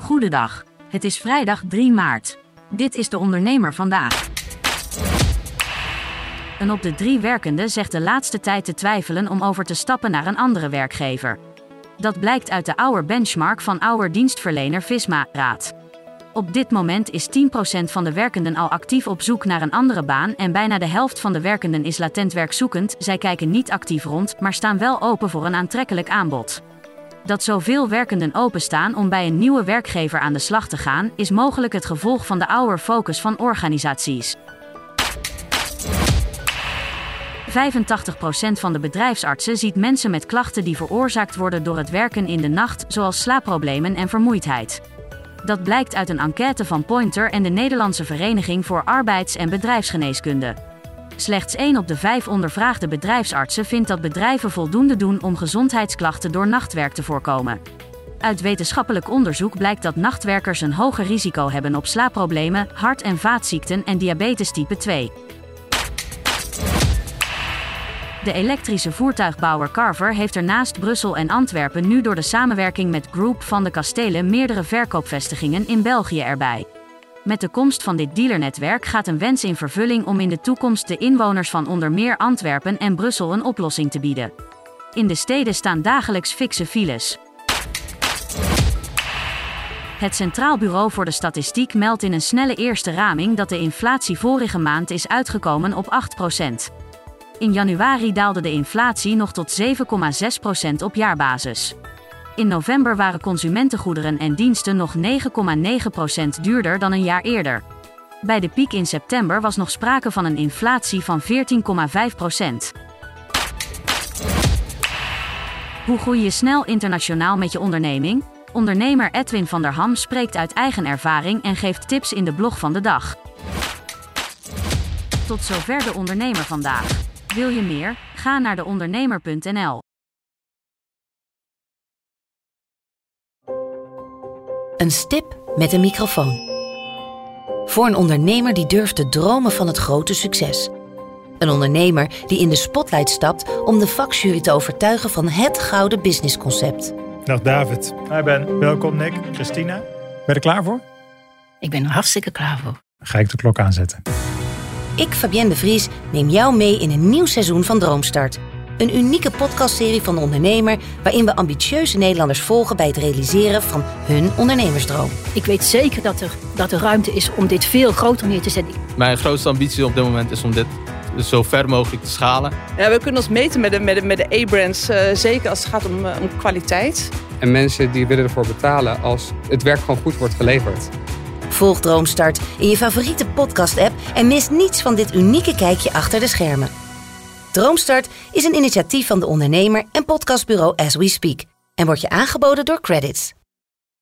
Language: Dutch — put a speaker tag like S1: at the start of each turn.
S1: Goedendag. Het is vrijdag 3 maart. Dit is de ondernemer vandaag. Een op de 3 werkenden zegt de laatste tijd te twijfelen om over te stappen naar een andere werkgever. Dat blijkt uit de Our Benchmark van Our dienstverlener Visma Raad. Op dit moment is 10% van de werkenden al actief op zoek naar een andere baan en bijna de helft van de werkenden is latent werkzoekend. Zij kijken niet actief rond, maar staan wel open voor een aantrekkelijk aanbod. Dat zoveel werkenden openstaan om bij een nieuwe werkgever aan de slag te gaan, is mogelijk het gevolg van de Our Focus van organisaties. 85% van de bedrijfsartsen ziet mensen met klachten die veroorzaakt worden door het werken in de nacht, zoals slaapproblemen en vermoeidheid. Dat blijkt uit een enquête van Pointer en de Nederlandse Vereniging voor Arbeids- en Bedrijfsgeneeskunde. Slechts 1 op de 5 ondervraagde bedrijfsartsen vindt dat bedrijven voldoende doen om gezondheidsklachten door nachtwerk te voorkomen. Uit wetenschappelijk onderzoek blijkt dat nachtwerkers een hoger risico hebben op slaapproblemen, hart- en vaatziekten en diabetes type 2. De elektrische voertuigbouwer Carver heeft er naast Brussel en Antwerpen nu door de samenwerking met Group van de Kastelen meerdere verkoopvestigingen in België erbij. Met de komst van dit dealernetwerk gaat een wens in vervulling om in de toekomst de inwoners van onder meer Antwerpen en Brussel een oplossing te bieden. In de steden staan dagelijks fikse files. Het Centraal Bureau voor de Statistiek meldt in een snelle eerste raming dat de inflatie vorige maand is uitgekomen op 8%. In januari daalde de inflatie nog tot 7,6% op jaarbasis. In november waren consumentengoederen en diensten nog 9,9% duurder dan een jaar eerder. Bij de piek in september was nog sprake van een inflatie van 14,5%. Hoe groei je snel internationaal met je onderneming? Ondernemer Edwin van der Ham spreekt uit eigen ervaring en geeft tips in de blog van de dag. Tot zover de ondernemer vandaag. Wil je meer? Ga naar deondernemer.nl.
S2: Een stip met een microfoon. Voor een ondernemer die durft te dromen van het grote succes. Een ondernemer die in de spotlight stapt om de vakjury te overtuigen van het gouden businessconcept.
S3: Dag David. Hi Ben. Welkom Nick. Christina. Ben je er klaar voor?
S4: Ik ben er hartstikke klaar voor.
S3: Dan ga ik de klok aanzetten.
S2: Ik, Fabienne de Vries, neem jou mee in een nieuw seizoen van Droomstart. Een unieke podcastserie van de ondernemer waarin we ambitieuze Nederlanders volgen bij het realiseren van hun ondernemersdroom.
S4: Ik weet zeker dat er ruimte is om dit veel groter neer te zetten.
S5: Mijn grootste ambitie op dit moment is om dit zo ver mogelijk te schalen.
S6: Ja, we kunnen ons meten met de A-brands, zeker als het gaat om kwaliteit.
S7: En mensen die willen ervoor betalen als het werk gewoon goed wordt geleverd.
S2: Volg Droomstart in je favoriete podcast-app en mis niets van dit unieke kijkje achter de schermen. Droomstart is een initiatief van de ondernemer en podcastbureau As We Speak en wordt je aangeboden door Credits.